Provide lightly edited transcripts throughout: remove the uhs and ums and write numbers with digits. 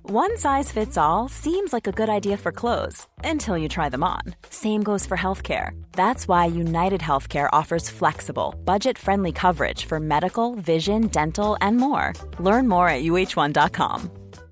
One size fits all seems like a good idea for clothes until you try them on. Same goes for healthcare. That's why United Healthcare offers flexible, budget-friendly coverage for medical, vision, dental, and more. Learn more at uh1.com.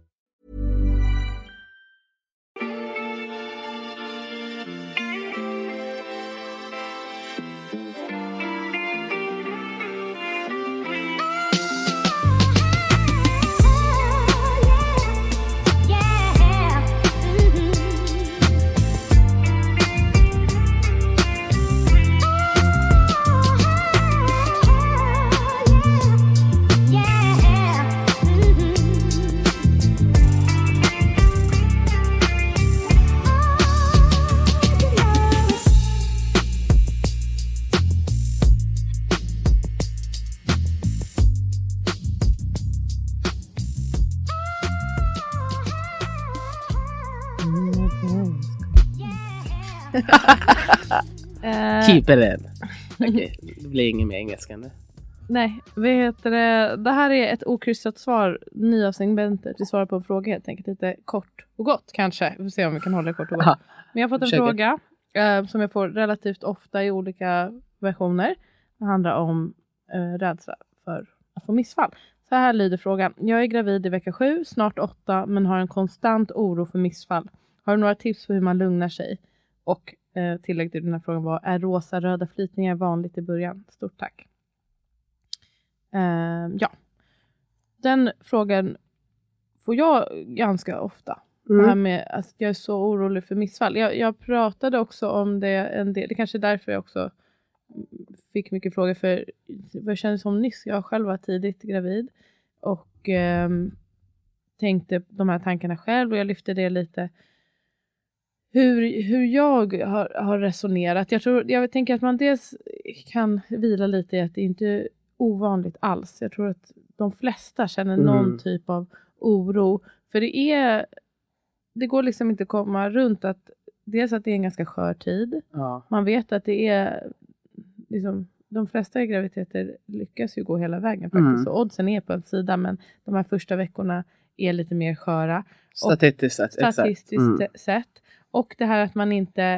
Keep it in. Okej, det blir ingen mer engelska nu. Nej, det här är ett okryssat svar. Nya segmentet. Vi svarar på en fråga helt enkelt. Lite kort och gott kanske. Vi får se om vi kan hålla det kort och gott. Men jag har fått en fråga som jag får relativt ofta i olika versioner. Det handlar om rädsla för att få missfall. Så här lyder frågan. Jag är gravid i vecka 7, snart 8, men har en konstant oro för missfall. Har du några tips på hur man lugnar sig? Och tillägg till den här frågan var, är rosa-röda flytningar vanligt i början? Stort tack. Ja. Den frågan får jag ganska ofta. Det här med att jag är så orolig för missfall. Jag pratade också om det en del. Det kanske är därför jag också fick mycket frågor. För jag kände som nyss. Jag själv var tidigt gravid. Och tänkte de här tankarna själv. Och jag lyfte det lite. Hur jag har resonerat. Jag tänker att man dels kan vila lite i att det inte är ovanligt alls. Jag tror att de flesta känner någon typ av oro. För det går liksom inte att komma runt att dels att det är en ganska skör tid. Ja. Man vet att det är liksom, de flesta graviditeter lyckas ju gå hela vägen faktiskt. Så oddsen är på en sida, men de här första veckorna är lite mer sköra. Statistiskt sett. Och det här att man inte...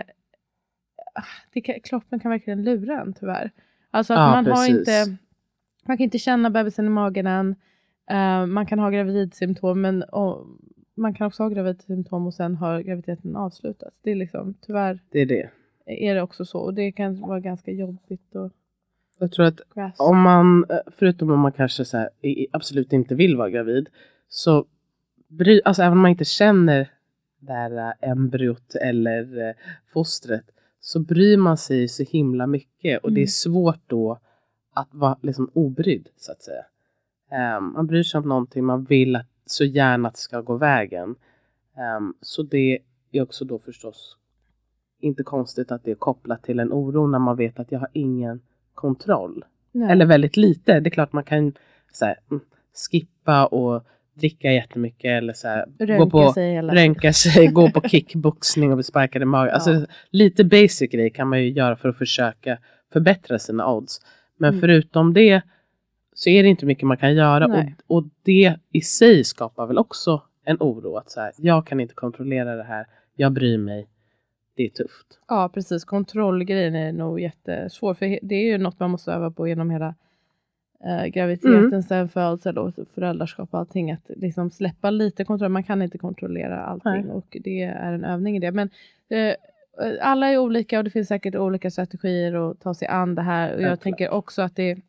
kroppen kan verkligen lura en tyvärr. Alltså att man har inte... Man kan inte känna bebisen i magen än. Man kan ha gravidsymptom. Men man kan också ha gravidsymptom och sen har graviditeten avslutats. Det är liksom tyvärr... Det är det. Är det också så. Och det kan vara ganska jobbigt. Jag tror att om man... Förutom om man kanske så här, absolut inte vill vara gravid. Så... Alltså även om man inte känner... där embryot eller fostret, så bryr man sig så himla mycket och det är svårt då att vara liksom obrydd så att säga. Man bryr sig om någonting, man vill att så gärna att det ska gå vägen. Så det är också då förstås inte konstigt att det är kopplat till en oro när man vet att jag har ingen kontroll. Nej. Eller väldigt lite. Det är klart man kan så här, skippa och dricka jättemycket eller så här, rönka sig, gå på kickboxning och bli sparkad i magen. Alltså lite basic grej kan man ju göra för att försöka förbättra sina odds. Men förutom det så är det inte mycket man kan göra och det i sig skapar väl också en oro att så här, jag kan inte kontrollera det här, jag bryr mig, det är tufft. Ja, precis. Kontrollgrejen är nog jättesvår, för det är ju något man måste öva på genom hela graviditeten, sen födelse och föräldraskap och allting, att liksom släppa lite kontroll. Man kan inte kontrollera allting och det är en övning i det. Men alla är olika och det finns säkert olika strategier att ta sig an det här. Och jag tänker också att det är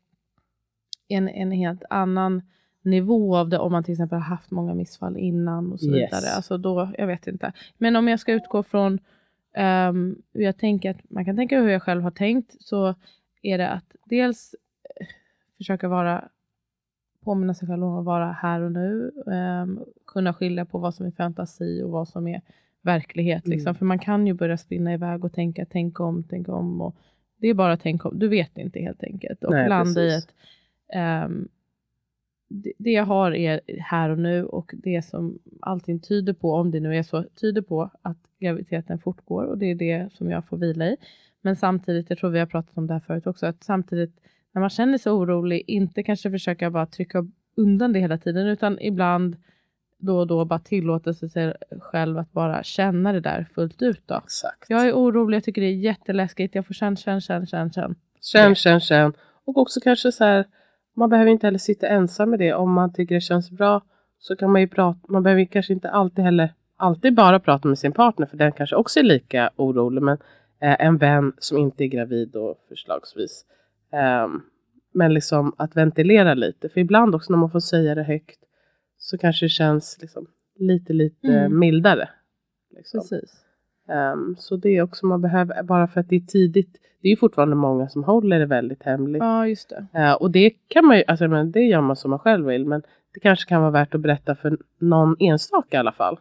en helt annan nivå av det om man till exempel har haft många missfall innan och så vidare. Alltså då, jag vet inte. Men om jag ska utgå från hur jag tänker, att man kan tänka hur jag själv har tänkt, så är det att dels försöka påminna sig själv om att vara här och nu. Kunna skilja på vad som är fantasi och vad som är verklighet. Liksom. För man kan ju börja spinna iväg och tänk om. Och det är bara tänk om. Du vet inte helt enkelt. Och landa i att det jag har är här och nu. Och det som allting tyder på, om det nu är så, tyder på att graviditeten fortgår. Och det är det som jag får vila i. Men samtidigt, jag tror vi har pratat om det här förut också, att samtidigt när man känner sig orolig, inte kanske försöka bara trycka undan det hela tiden, utan ibland då och då bara tillåta sig själv att bara känna det där fullt ut då. Exakt. Jag är orolig, jag tycker det är jätteläskigt. Jag får känn. Och också kanske så här, man behöver inte heller sitta ensam med det. Om man tycker det känns bra så kan man ju prata. Man behöver kanske inte alltid bara prata med sin partner, för den kanske också är lika orolig. Men en vän som inte är gravid då förslagsvis. Men liksom att ventilera lite. För ibland också när man får säga det högt så kanske det känns liksom lite mildare. Liksom. Precis. Så det är också man behöver, bara för att det är tidigt. Det är ju fortfarande många som håller det väldigt hemligt. Ja, just det. Och det kan man ju, alltså, men det gör man som man själv vill. Men det kanske kan vara värt att berätta för någon enstaka i alla fall.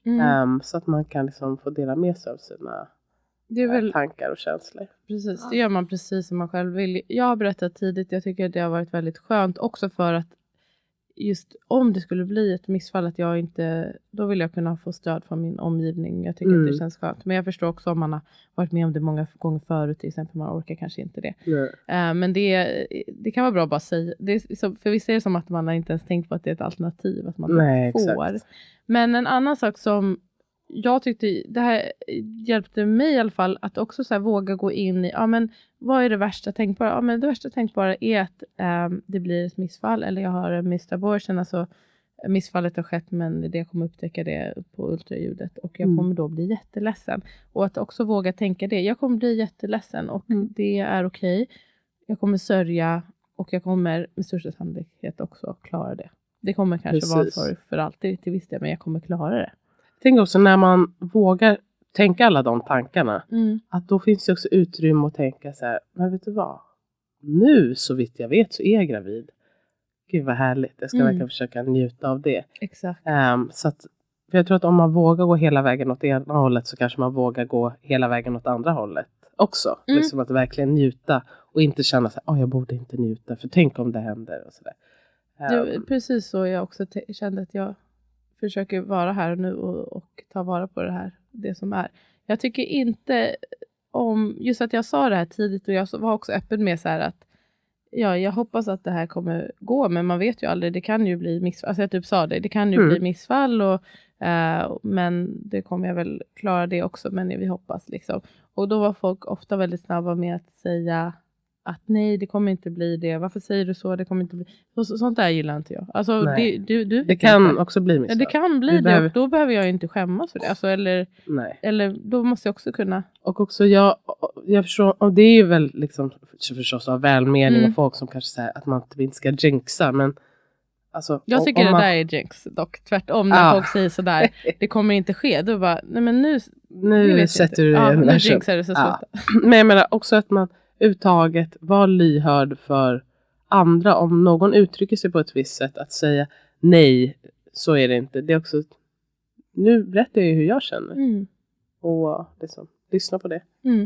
Så att man kan liksom få dela med sig av sina tankar och känslor. Precis, det gör man precis som man själv vill. Jag har berättat tidigt, jag tycker att det har varit väldigt skönt. Också för att just om det skulle bli ett missfall att jag inte, då vill jag kunna få stöd från min omgivning. Jag tycker att det känns skönt. Men jag förstår också om man har varit med om det många gånger förut, till exempel, man orkar kanske inte det. Men det kan vara bra att bara säga. För vissa är det som att man har inte ens tänkt på att det är ett alternativ, att man får. Exakt. Men en annan sak som jag tyckte, det här hjälpte mig i alla fall, att också så här våga gå in i, men vad är det värsta tänkbara? Ja, men det värsta tänkbara är att det blir ett missfall, eller jag har en missed abortion, alltså missfallet har skett, men jag kommer upptäcka det på ultraljudet och jag kommer då bli jätteledsen. Och att också våga tänka det, jag kommer bli jätteledsen och det är okej. Jag kommer sörja och jag kommer med största sannolikhet också klara det. Det kommer kanske vara en sorg för alltid till viss del, men jag kommer klara det. Tänk också när man vågar tänka alla de tankarna. Att då finns det också utrymme att tänka så här. Men vet du vad? Nu så vitt jag vet så är jag gravid. Gud vad härligt. Jag ska verkligen försöka njuta av det. Exakt. Så att, för jag tror att om man vågar gå hela vägen åt ena hållet så kanske man vågar gå hela vägen åt andra hållet också. Liksom att verkligen njuta. Och inte känna så här. Jag borde inte njuta. För tänk om det händer och sådär. Precis så jag också kände att jag försöker vara här nu och ta vara på det som är. Jag tycker inte om, just att jag sa det här tidigt och jag var också öppen med så här att jag hoppas att det här kommer gå, men man vet ju aldrig, det kan ju bli missfall. Alltså jag typ sa det kan ju bli missfall men det kommer jag väl klara det också, men vi hoppas liksom. Och då var folk ofta väldigt snabba med att säga att nej, det kommer inte bli det. Varför säger du så? Det kommer inte bli. Sånt där gillar inte jag. Alltså, det kan inte. Också bli missfall. Ja, det kan bli det. Och då behöver jag inte skämmas för det. Alltså, eller då måste jag också kunna. Och också jag förstår, och det är ju väl liksom förstås av välmening och folk som kanske säger att man inte ska jinxa, men alltså, jag tycker det där är jinx dock. Tvärtom när folk säger sådär, det kommer inte ske. Då bara, nej men nu sätter du det. Nu jinxar det så sluta. Men jag menar också att man uttaget var lyhörd för andra. Om någon uttrycker sig på ett visst sätt, att säga nej, så är det inte. Det är också, nu berättar jag ju hur jag känner. Och liksom, lyssna på det.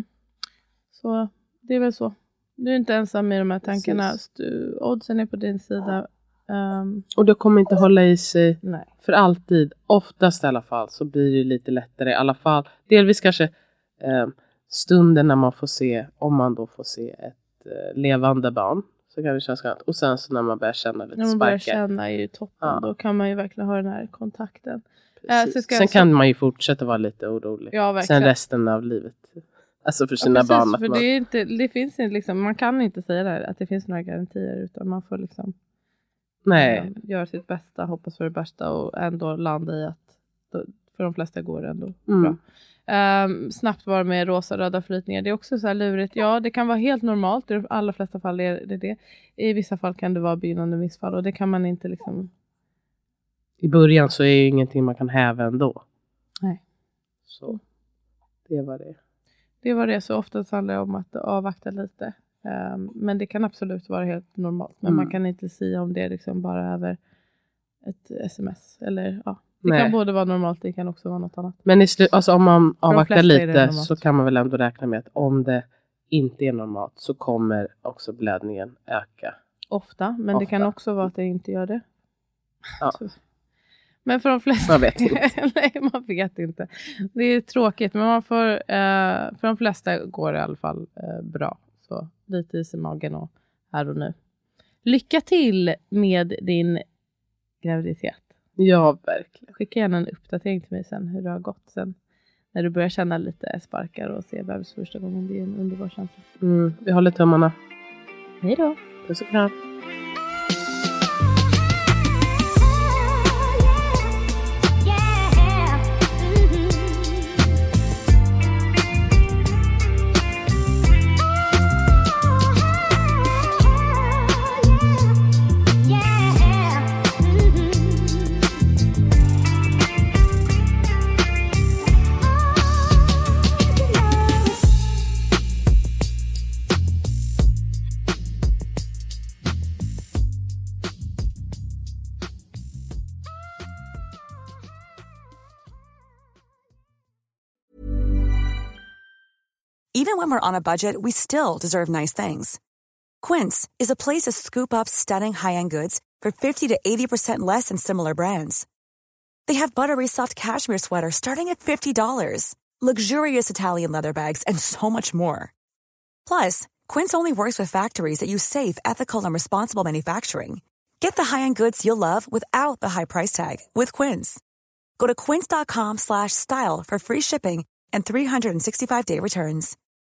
Så det är väl så. Du är inte ensam med de här tankarna. Oddsen är på din sida. Och det kommer inte hålla i sig för alltid. Oftast i alla fall så blir det lite lättare i alla fall. Delvis kanske stunden när man får se, om man då får se ett levande barn, så kan det kännas skönt. Och sen så när man börjar känna lite sparkar. När man börjar känna är ju toppen. Då kan man ju verkligen ha den här kontakten. Sen kan man ju fortsätta vara lite orolig. Ja, verkligen. Sen resten av livet. Alltså för sina barn. För det är inte, det finns inte liksom, man kan inte säga det, att det finns några garantier, utan man får liksom göra sitt bästa, hoppas för det bästa och ändå landa i att för de flesta går det ändå bra. Snabbt vara med rosa-röda flytningar. Det är också så här lurigt. Ja, det kan vara helt normalt. I de allra flesta fall är det. I vissa fall kan det vara begynnande missfall. Och det kan man inte liksom. I början så är det ingenting man kan häva ändå. Nej. Så det var det. Det var det. Så ofta handlar det om att avvakta lite. Men det kan absolut vara helt normalt. Men man kan inte säga om det liksom bara över ett sms. Eller det kan både vara normalt, det kan också vara något annat. Men alltså om man avvaktar lite så kan man väl ändå räkna med att om det inte är normalt så kommer också blödningen öka. Ofta, men det kan också vara att det inte gör det. Ja. Men för de flesta... Man vet inte. Nej, man vet inte. Det är tråkigt, men man får, för de flesta går det i alla fall bra. Så lite is i magen och här och nu. Lycka till med din graviditet. Ja, verkligen. Skicka gärna en uppdatering till mig sen hur det har gått sen. När du börjar känna lite sparkar och se bebis första gången. Det är en underbar känsla. Vi håller tummarna. Hej då. Puss och kram. Even when we're on a budget, we still deserve nice things. Quince is a place to scoop up stunning high-end goods for 50 to 80% less than similar brands. They have buttery soft cashmere sweaters starting at $50, luxurious Italian leather bags, and so much more. Plus, Quince only works with factories that use safe, ethical, and responsible manufacturing. Get the high-end goods you'll love without the high price tag with Quince. Go to quince.com/style for free shipping and 365-day returns.